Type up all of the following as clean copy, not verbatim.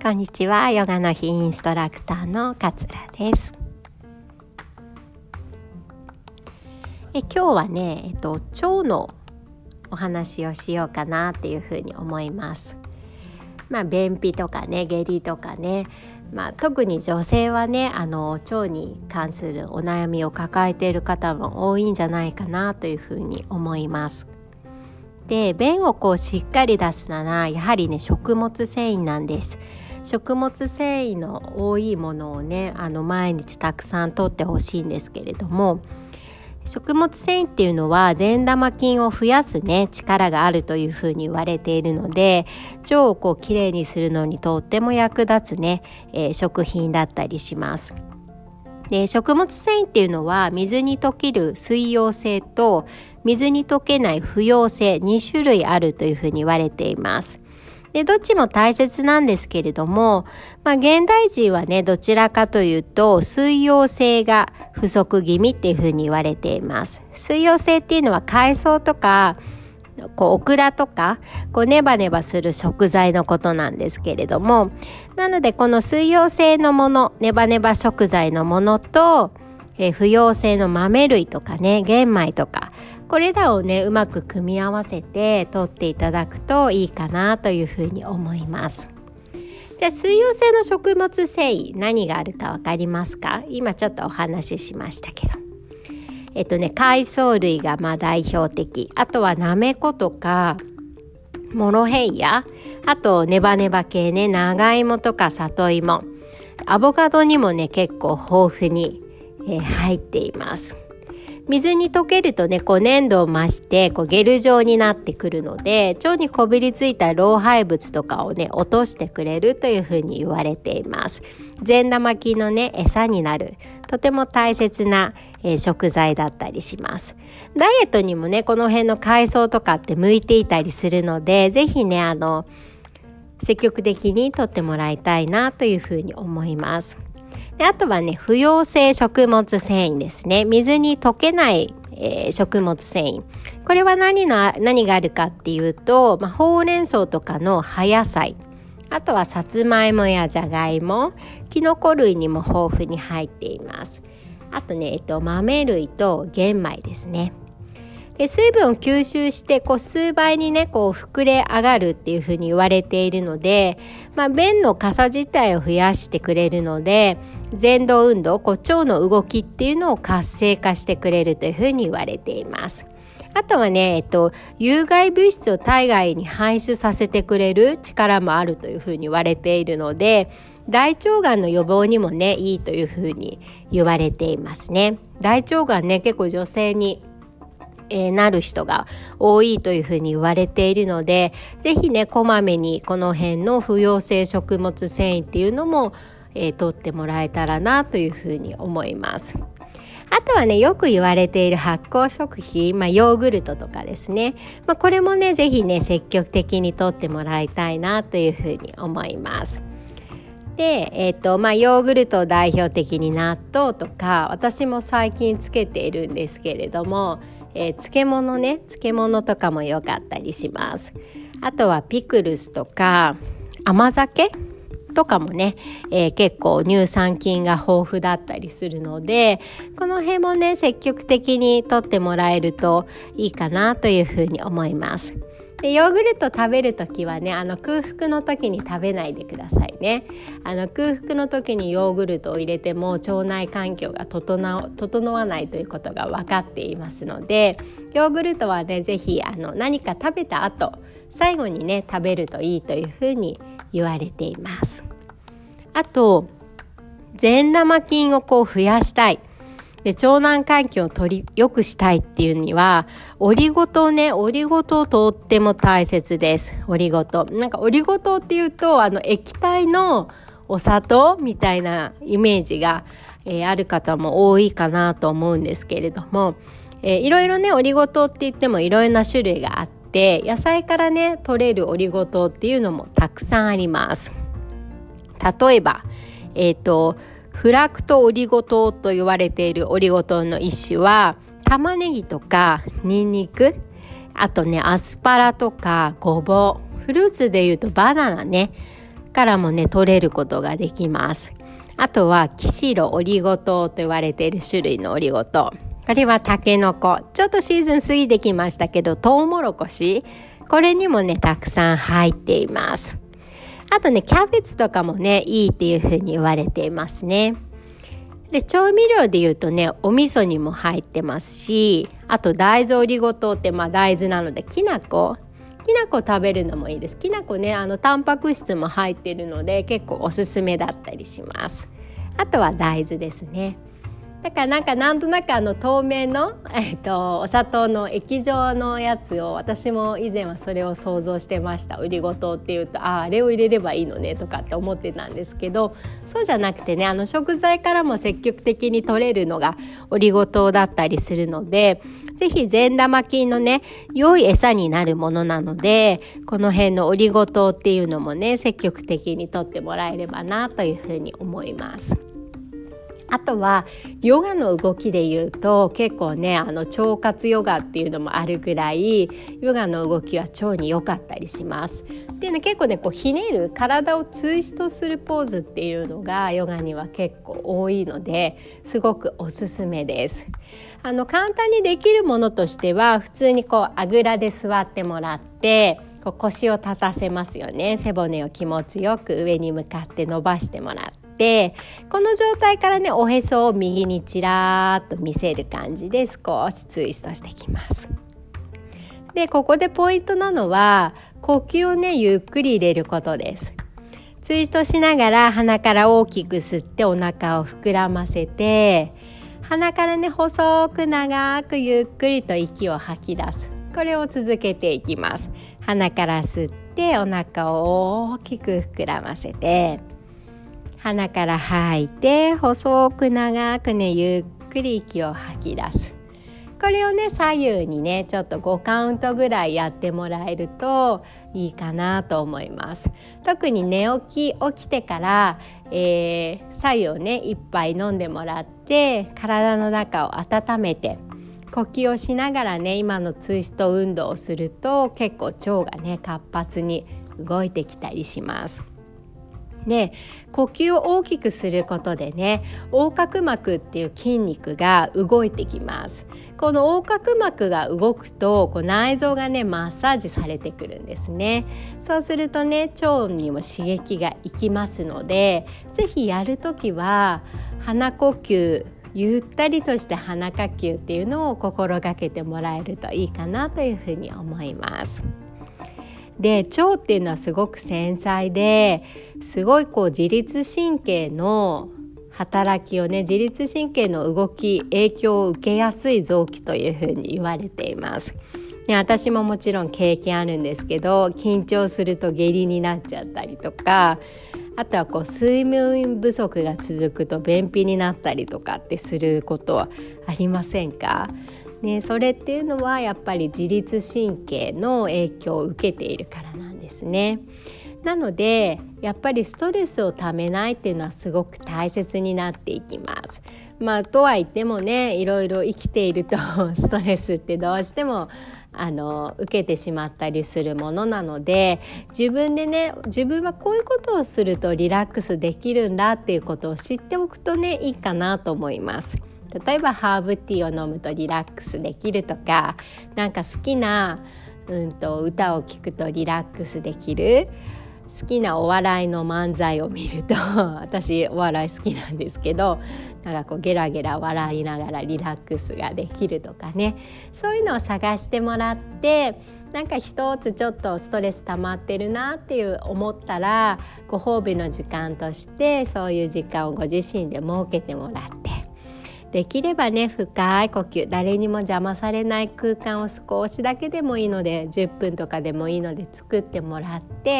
こんにちは。ヨガの日インストラクターの桂です。今日はね、腸のお話をしようかなっていうふうに思います。便秘とかね、下痢とかね、特に女性はね、腸に関するお悩みを抱えている方も多いんじゃないかなというふうに思います。で、便をしっかり出すならやはりね、食物繊維なんです。食物繊維の多いものをね、毎日たくさん摂ってほしいんですけれども、食物繊維っていうのは善玉菌を増やすね力があるというふうに言われているので、腸をきれいにするのにとっても役立つね、食品だったりします。で、食物繊維っていうのは水に溶ける水溶性と水に溶けない不溶性2種類あるというふうに言われています。で、どっちも大切なんですけれども、現代人はね、どちらかというと水溶性が不足気味っていうふうに言われています。水溶性っていうのは海藻とかオクラとかネバネバする食材のことなんですけれども、なのでこの水溶性のもの、ネバネバ食材のものと、不溶性の豆類とかね、玄米とか、これらをね、うまく組み合わせて取っていただくといいかなというふうに思います。じゃあ、水溶性の食物繊維、何があるか分かりますか？今ちょっとお話ししましたけど、海藻類が代表的。あとはなめことかモロヘイヤ、あとネバネバ系ね、長芋とか里芋、アボカドにもね、結構豊富に、入っています。水に溶けるとね、粘度を増してゲル状になってくるので、腸にこびりついた老廃物とかをね、落としてくれるというふうに言われています。善玉菌のね、餌になるとても大切な、食材だったりします。ダイエットにもね、この辺の海藻とかって向いていたりするので、ぜひね、積極的に摂ってもらいたいなというふうに思います。で、あとはね、不溶性食物繊維ですね。水に溶けない、食物繊維。これは何があるかっていうと、ほうれん草とかの葉野菜、あとはさつまいもやじゃがいも、きのこ類にも豊富に入っています。あとね、豆類と玄米ですね。で、水分を吸収して数倍にね、膨れ上がるっていうふうに言われているので、便の傘自体を増やしてくれるので、蠕動運動、腸の動きっていうのを活性化してくれるというふうに言われています。あとはね、有害物質を体外に排出させてくれる力もあるというふうに言われているので、大腸がんの予防にもね、いいというふうに言われていますね。大腸がんね、結構女性になる人が多いというふうに言われているので、ぜひね、こまめにこの辺の不溶性食物繊維っていうのも、取ってもらえたらなというふうに思います。あとはね、よく言われている発酵食品、ヨーグルトとかですね、これもね、ぜひね、積極的に取ってもらいたいなというふうに思います。で、ヨーグルトを代表的に納豆とか、私も最近つけているんですけれども、漬物とかも良かったりします。あとはピクルスとか甘酒とかもね、結構乳酸菌が豊富だったりするので、この辺もね、積極的に摂ってもらえるといいかなというふうに思います。で、ヨーグルト食べるときはね、空腹の時に食べないでくださいね。空腹の時にヨーグルトを入れても腸内環境が整わないということが分かっていますので、ヨーグルトはね、ぜひ何か食べた後、最後にね、食べるといいというふうに言われています。あと、善玉菌を増やしたい。で、腸内環境を良くしたいっていうには、オリゴ糖とっても大切です。オリゴ糖。オリゴ糖っていうと、液体のお砂糖みたいなイメージが、ある方も多いかなと思うんですけれども、いろいろね、オリゴ糖って言ってもいろいろな種類があって、野菜からね、取れるオリゴ糖っていうのもたくさんあります。例えば、フラクトオリゴ糖と言われているオリゴ糖の一種は、玉ねぎとかニンニク、あとね、アスパラとかごぼう、フルーツでいうとバナナね、 からもね取れることができます。あとはキシロオリゴ糖と言われている種類のオリゴ糖、これはタケノコ、ちょっとシーズン過ぎてきましたけどトウモロコシ、これにもねたくさん入っています。あとねキャベツとかもねいいっていうふうに言われていますね。で調味料でいうとねお味噌にも入ってますし、あと大豆オリゴ糖って大豆なのできな粉食べるのもいいです。きな粉ねタンパク質も入っているので結構おすすめだったりします。あとは大豆ですね。だからなんとなく透明の、お砂糖の液状のやつを、私も以前はそれを想像してました。オリゴ糖っていうとあれを入れればいいのねとかって思ってたんですけど、そうじゃなくてね食材からも積極的に取れるのがオリゴ糖だったりするので、ぜひ善玉菌のね良い餌になるものなので、この辺のオリゴ糖っていうのもね積極的に取ってもらえればなというふうに思います。あとはヨガの動きでいうと結構ね腸活ヨガっていうのもあるぐらいヨガの動きは腸に良かったりします。でね結構ねひねる体をツイストするポーズっていうのがヨガには結構多いのですごくおすすめです。簡単にできるものとしては普通にあぐらで座ってもらって腰を立たせますよね。背骨を気持ちよく上に向かって伸ばしてもらって、この状態からねおへそを右にちらーっと見せる感じで少しツイストしてきます。でここでポイントなのは呼吸をねゆっくり入れることです。ツイストしながら鼻から大きく吸ってお腹を膨らませて、鼻からね細く長くゆっくりと息を吐き出す。これを続けていきます。鼻から吸ってお腹を大きく膨らませて、鼻から吐いて細く長くねゆっくり息を吐き出す。これをね左右にねちょっと5カウントぐらいやってもらえるといいかなと思います。特に寝起きてから、左右をね一杯飲んでもらって体の中を温めて呼吸をしながらね今のツイスト運動をすると結構腸がね活発に動いてきたりします。で呼吸を大きくすることでね横隔膜っていう筋肉が動いてきます。この横隔膜が動くと内臓がねマッサージされてくるんですね。そうするとね腸にも刺激がいきますので、ぜひやるときは鼻呼吸、ゆったりとして鼻呼吸っていうのを心がけてもらえるといいかなというふうに思います。で腸っていうのはすごく繊細ですごい自律神経の働きをね、自律神経の動き影響を受けやすい臓器というふうに言われています。で私ももちろん経験あるんですけど、緊張すると下痢になっちゃったりとか、あとは睡眠不足が続くと便秘になったりとかってすることはありませんか？ね、それっていうのはやっぱり自律神経の影響を受けているからなんですね。なのでやっぱりストレスをためないっていうのはすごく大切になっていきます。とは言ってもね、いろいろ生きているとストレスってどうしても受けてしまったりするものなので、自分はこういうことをするとリラックスできるんだっていうことを知っておくとねいいかなと思います。例えばハーブティーを飲むとリラックスできるとか、好きな、歌を聴くとリラックスできる、好きなお笑いの漫才を見ると私お笑い好きなんですけど、ゲラゲラ笑いながらリラックスができるとかね、そういうのを探してもらって、一つちょっとストレス溜まってるなって思ったらご褒美の時間としてそういう時間をご自身で設けてもらって、できればね深い呼吸、誰にも邪魔されない空間を少しだけでもいいので10分とかでもいいので作ってもらって、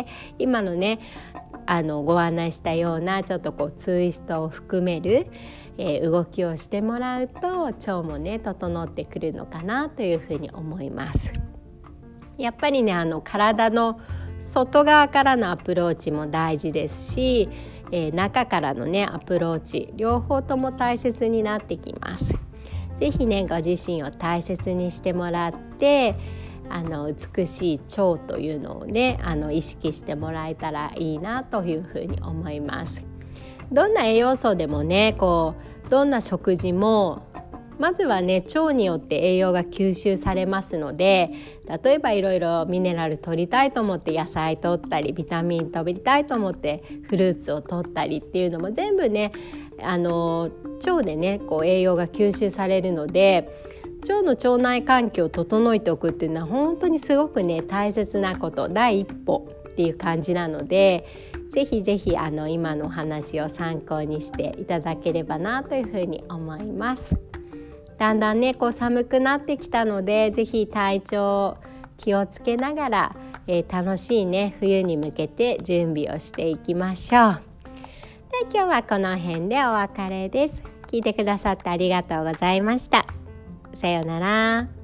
今のねご案内したようなちょっとツイストを含める、動きをしてもらうと腸もね整ってくるのかなというふうに思います。やっぱりね体の外側からのアプローチも大事ですし、中からのねアプローチ両方とも大切になってきます。ぜひねご自身を大切にしてもらって、 美しい腸というのをね意識してもらえたらいいなというふうに思います。どんな栄養素でもねどんな食事もまずはね腸によって栄養が吸収されますので、例えばいろいろミネラル取りたいと思って野菜取ったり、ビタミン取りたいと思ってフルーツを取ったりっていうのも全部ね腸でね栄養が吸収されるので、腸の腸内環境を整えておくっていうのは本当にすごくね大切なこと、第一歩っていう感じなので、ぜひぜひ今のお話を参考にしていただければなというふうに思います。だんだんね寒くなってきたので、ぜひ体調気をつけながら、楽しいね冬に向けて準備をしていきましょう。で、今日はこの辺でお別れです。聞いてくださってありがとうございました。さようなら。